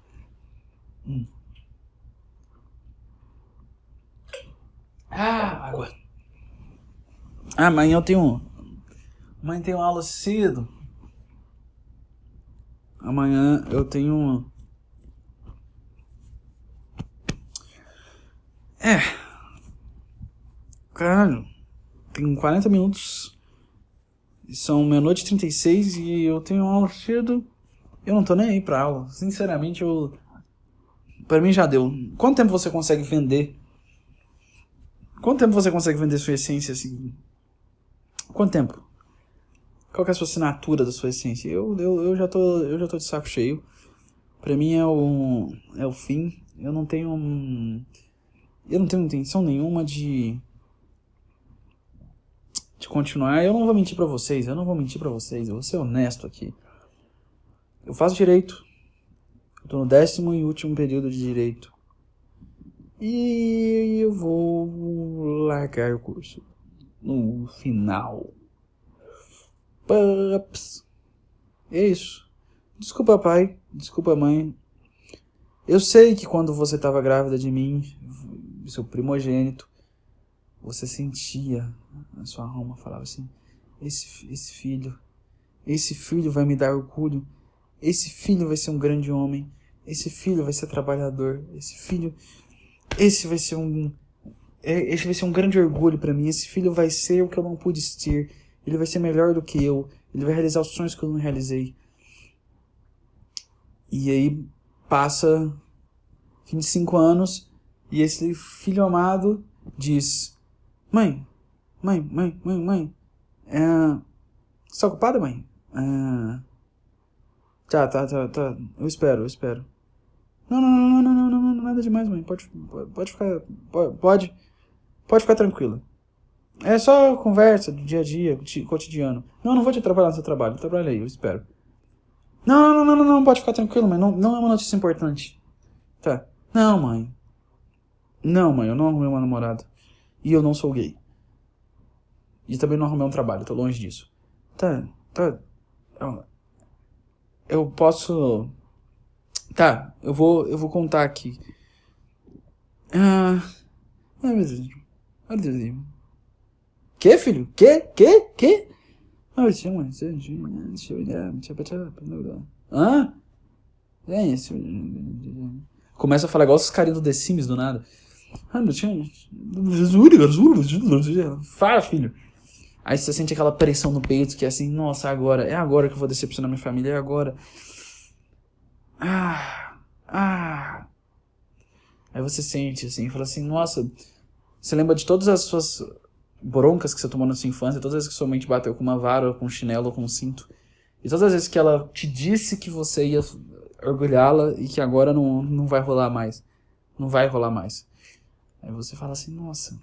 Água. Amanhã eu tenho... Amanhã tem aula cedo. Amanhã eu tenho... Caralho. Tem 40 minutos. São 00:36 e eu tenho aula cedo. Eu não tô nem aí pra aula. Sinceramente, pra mim já deu. Quanto tempo você consegue vender? Quanto tempo você consegue vender sua essência assim? Quanto tempo? Qual que é a sua assinatura da sua essência? Eu já tô de saco cheio. Pra mim é o fim. Eu não tenho intenção nenhuma de continuar. Eu não vou mentir pra vocês. Eu vou ser honesto aqui. Eu faço direito. Eu tô no 10º e último período de direito. E eu vou largar o curso no final. Pups. É isso. Desculpa, pai. Desculpa, mãe. Eu sei que quando você estava grávida de mim, seu primogênito, você sentia, a sua alma falava assim, esse filho vai me dar orgulho. Esse filho vai ser um grande homem. Esse filho vai ser trabalhador. Esse vai ser um grande orgulho pra mim. Esse filho vai ser o que eu não pude ser. Ele vai ser melhor do que eu. Ele vai realizar os sonhos que eu não realizei. E aí passa 25 anos e esse filho amado diz: Mãe. Você tá ocupada, mãe? Tá. Eu espero. Não, nada demais, mãe. Pode ficar tranquila. É só conversa do dia a dia, cotidiano. Não vou te atrapalhar no seu trabalho. Trabalha aí, eu espero. Não, pode ficar tranquilo, mãe. Não é uma notícia importante. Tá. Não, mãe, eu não arrumei uma namorada. E eu não sou gay. E também não arrumei um trabalho, tô longe disso. Tá. Eu posso... Tá, eu vou contar aqui. Ai, meu Deus. Que, filho? Que? Hã? Começa a falar igual esses carinhos do The Sims do nada. Fala, filho. Aí você sente aquela pressão no peito que é assim, nossa, é agora que eu vou decepcionar minha família, é agora. Aí você sente assim, fala assim, nossa, você lembra de todas as suas broncas que você tomou na sua infância, todas as vezes que sua mãe te bateu com uma vara, ou com um chinelo, ou com um cinto, e todas as vezes que ela te disse que você ia orgulhá-la e que agora não vai rolar mais. Não vai rolar mais. Aí você fala assim, nossa.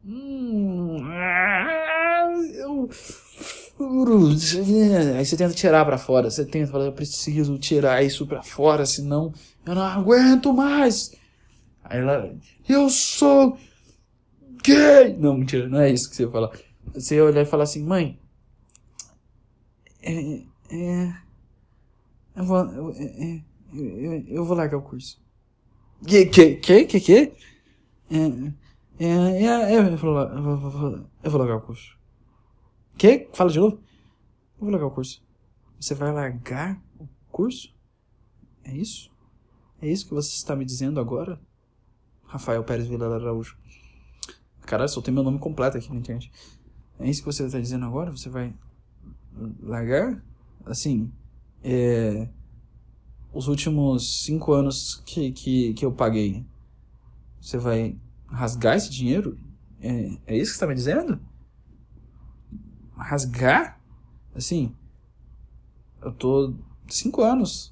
Aí você tenta tirar pra fora. Você tenta falar, eu preciso tirar isso pra fora, senão eu não aguento mais. Aí ela, eu sou gay. Não, mentira, não é isso que você ia falar. Você ia olhar e falar assim, mãe, eu vou largar o curso. Que? Eu vou largar o curso. Que? Fala de novo. Eu vou largar o curso. Você vai largar o curso? É isso? É isso que você está me dizendo agora? Rafael Pérez Vilela Araújo. Caralho, soltei meu nome completo aqui na internet. É isso que você está dizendo agora? Você vai largar? Assim, os últimos 5 anos que eu paguei, você vai rasgar esse dinheiro? É isso que você está me dizendo? Rasgar? Assim, eu tô 5 anos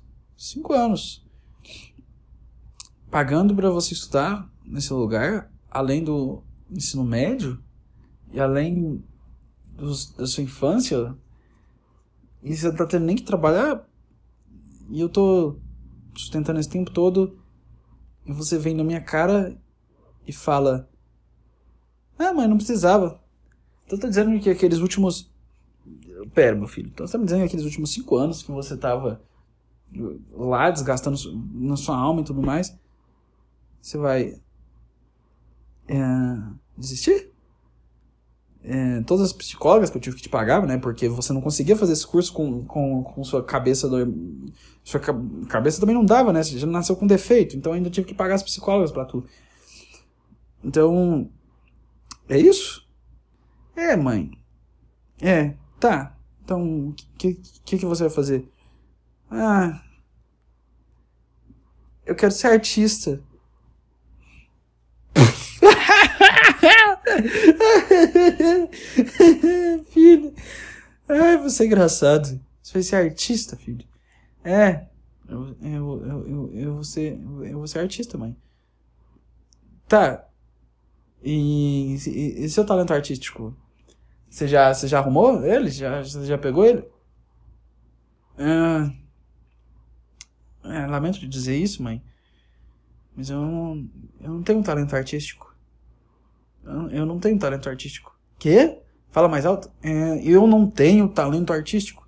pagando pra você estudar nesse lugar, além do ensino médio e além da sua infância, e você tá tendo nem que trabalhar, e eu tô sustentando esse tempo todo, e você vem na minha cara e fala, mãe, não precisava. Então tá dizendo que aqueles últimos... Pera, meu filho, então você tá me dizendo que aqueles últimos 5 anos que você tava lá desgastando na sua alma e tudo mais, você vai desistir? Todas as psicólogas que eu tive que te pagar, né? Porque você não conseguia fazer esse curso com sua cabeça... Sua cabeça também não dava, né? Você já nasceu com defeito, então eu ainda tive que pagar as psicólogas pra tu. Então, é isso? Mãe. Tá. Então, o que você vai fazer? Eu quero ser artista. Filho. Você é engraçado. Você vai ser artista, filho. Eu vou ser artista, mãe. Tá. E seu talento artístico? Você já arrumou ele? Você já pegou ele? Lamento de dizer isso, mãe, mas eu não tenho um talento artístico. Eu não tenho talento artístico. Quê? Fala mais alto. Eu não tenho talento artístico.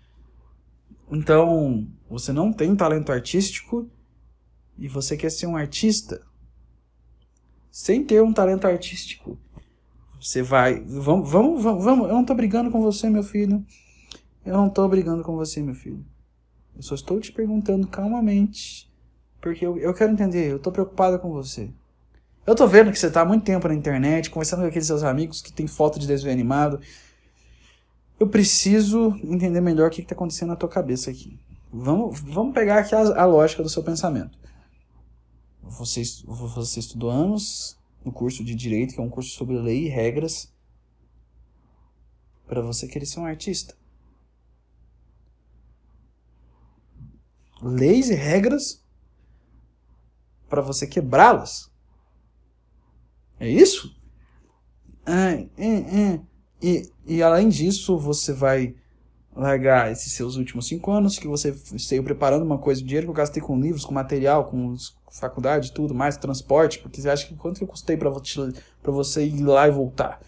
Então, você não tem talento artístico e você quer ser um artista sem ter um talento artístico. Você vai... Vamos. Eu não tô brigando com você, meu filho. Eu não tô brigando com você, meu filho. Eu só estou te perguntando calmamente. Porque eu quero entender. Eu tô preocupada com você. Eu tô vendo que você tá há muito tempo na internet, conversando com aqueles seus amigos que tem foto de desenho animado. Eu preciso entender melhor o que tá acontecendo na tua cabeça aqui. Vamos pegar aqui a lógica do seu pensamento. Você estudou anos no curso de Direito, que é um curso sobre lei e regras, para você querer ser um artista. Leis e regras para você quebrá-las. É isso? E além disso, você vai largar esses seus últimos 5 anos que você esteve preparando uma coisa, o dinheiro que eu gastei com livros, com material, com faculdade, tudo mais, transporte, porque você acha que quanto que eu custei para você ir lá e voltar?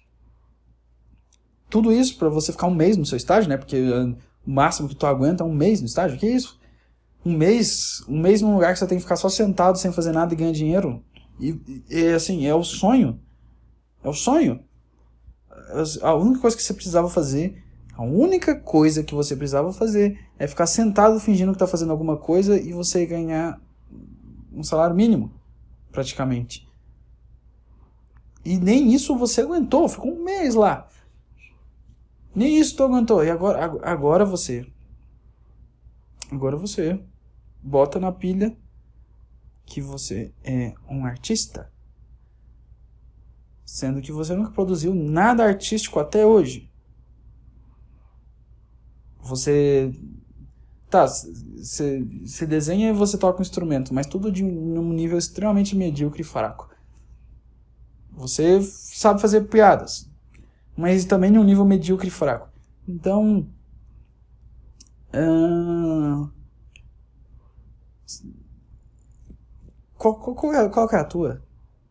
Tudo isso para você ficar um mês no seu estágio, né? Porque o máximo que tu aguenta é um mês no estágio. Que isso? Um mês num lugar que você tem que ficar só sentado sem fazer nada e ganhar dinheiro. E assim, é o sonho. É o sonho. A única coisa que você precisava fazer, é ficar sentado fingindo que tá fazendo alguma coisa e você ganhar um salário mínimo, praticamente. E nem isso você aguentou, ficou um mês lá. Nem isso tu aguentou. E agora você bota na pilha que você é um artista. Sendo que você nunca produziu nada artístico até hoje. Você desenha e você toca um instrumento, mas tudo de um nível extremamente medíocre e fraco. Você sabe fazer piadas, mas também de um nível medíocre e fraco. Então, qual que é a tua?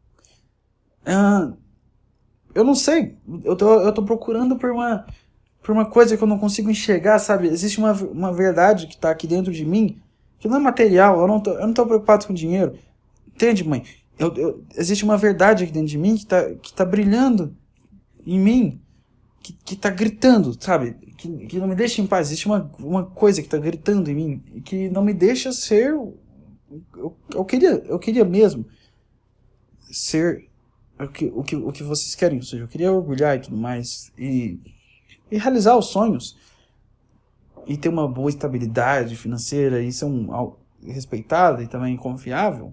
Eu não sei. Eu tô procurando por uma coisa que eu não consigo enxergar, sabe? Existe uma verdade que tá aqui dentro de mim, que não é material. Eu não tô preocupado com dinheiro. Entende, mãe? Existe uma verdade aqui dentro de mim que tá brilhando em mim, que tá gritando, sabe? Que não me deixa em paz. Existe uma coisa que tá gritando em mim, que não me deixa ser... Eu queria mesmo ser o que vocês querem. Ou seja, eu queria orgulhar e tudo mais. E realizar os sonhos. E ter uma boa estabilidade financeira. E ser respeitado e também confiável.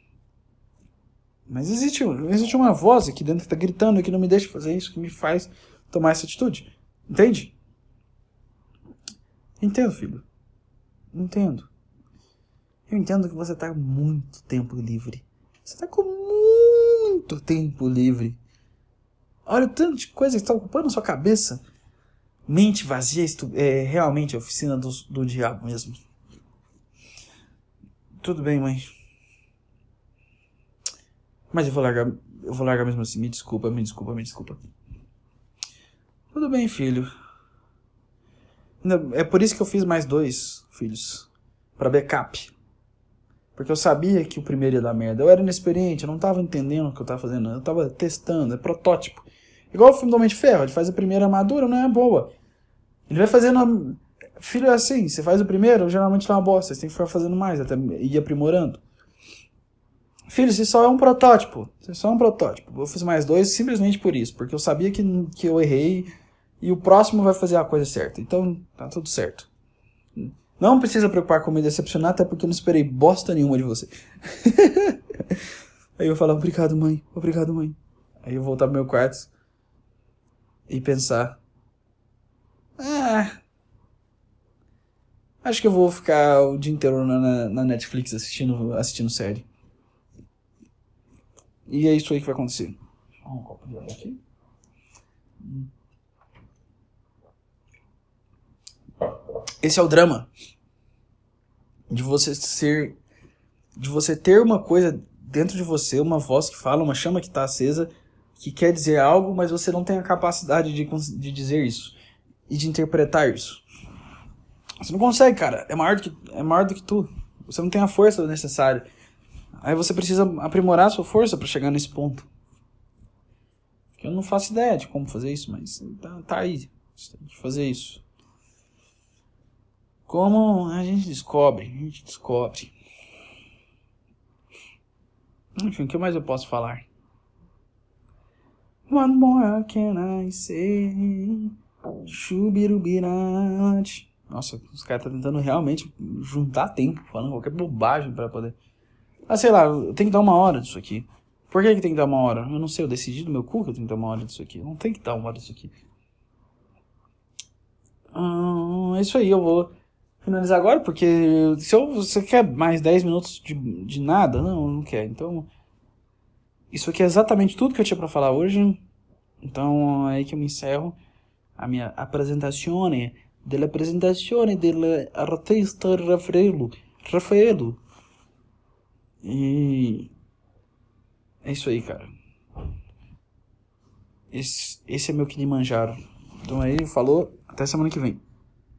Mas existe uma voz aqui dentro que está gritando, que não me deixa fazer isso, que me faz tomar essa atitude. Entende? Entendo, filho. Entendo. Eu entendo que você está com muito tempo livre. Você está com muito tempo livre. Olha o tanto de coisa que está ocupando sua cabeça. Mente vazia é realmente a oficina do diabo mesmo. Tudo bem, mãe. Mas eu vou largar mesmo assim. Me desculpa. Tudo bem, filho. É por isso que eu fiz mais 2 filhos. Pra backup. Porque eu sabia que o primeiro ia dar merda. Eu era inexperiente, eu não tava entendendo o que eu tava fazendo. Eu tava testando, é protótipo. Igual o filme do Homem de Ferro, ele faz a primeira armadura, não é boa. Ele vai fazendo... Filho, é assim, você faz o primeiro, geralmente dá uma bosta. Você tem que ficar fazendo mais, até ir aprimorando. Filho, você só é um protótipo. Eu fiz mais 2 simplesmente por isso. Porque eu sabia que eu errei e o próximo vai fazer a coisa certa. Então, tá tudo certo. Não precisa preocupar com me decepcionar, até porque eu não esperei bosta nenhuma de você. Aí eu falar, obrigado, mãe. Aí eu voltar pro meu quarto e pensar, acho que eu vou ficar o dia inteiro na Netflix assistindo série. E é isso aí que vai acontecer. Um copo de água aqui. Esse é o drama de você ter uma coisa dentro de você, uma voz que fala, uma chama que está acesa, que quer dizer algo, mas você não tem a capacidade de dizer isso e de interpretar isso. Você não consegue, cara. É maior do que tu. Você não tem a força necessária. Aí você precisa aprimorar a sua força para chegar nesse ponto. Eu não faço ideia de como fazer isso, mas tá aí. Você tem que fazer isso. Como a gente descobre? Enfim, o que mais eu posso falar? What more can I say? Chubirubirante. Nossa, os caras estão tentando realmente juntar tempo, falando qualquer bobagem pra poder... Ah, sei lá, eu tenho que dar 1 hora disso aqui. Por que tem que dar 1 hora? Eu não sei, eu decidi do meu cu que eu tenho que dar 1 hora disso aqui. Não tem que dar 1 hora disso aqui. É isso aí, eu vou finalizar agora, porque se você quer mais 10 minutos de nada, não quer. Então, isso aqui é exatamente tudo que eu tinha pra falar hoje. Então, é aí que eu me encerro a minha apresentazione dell'artista Raffaello. E é isso aí, cara. Esse é meu Kilimanjaro. Então aí, falou, até semana que vem.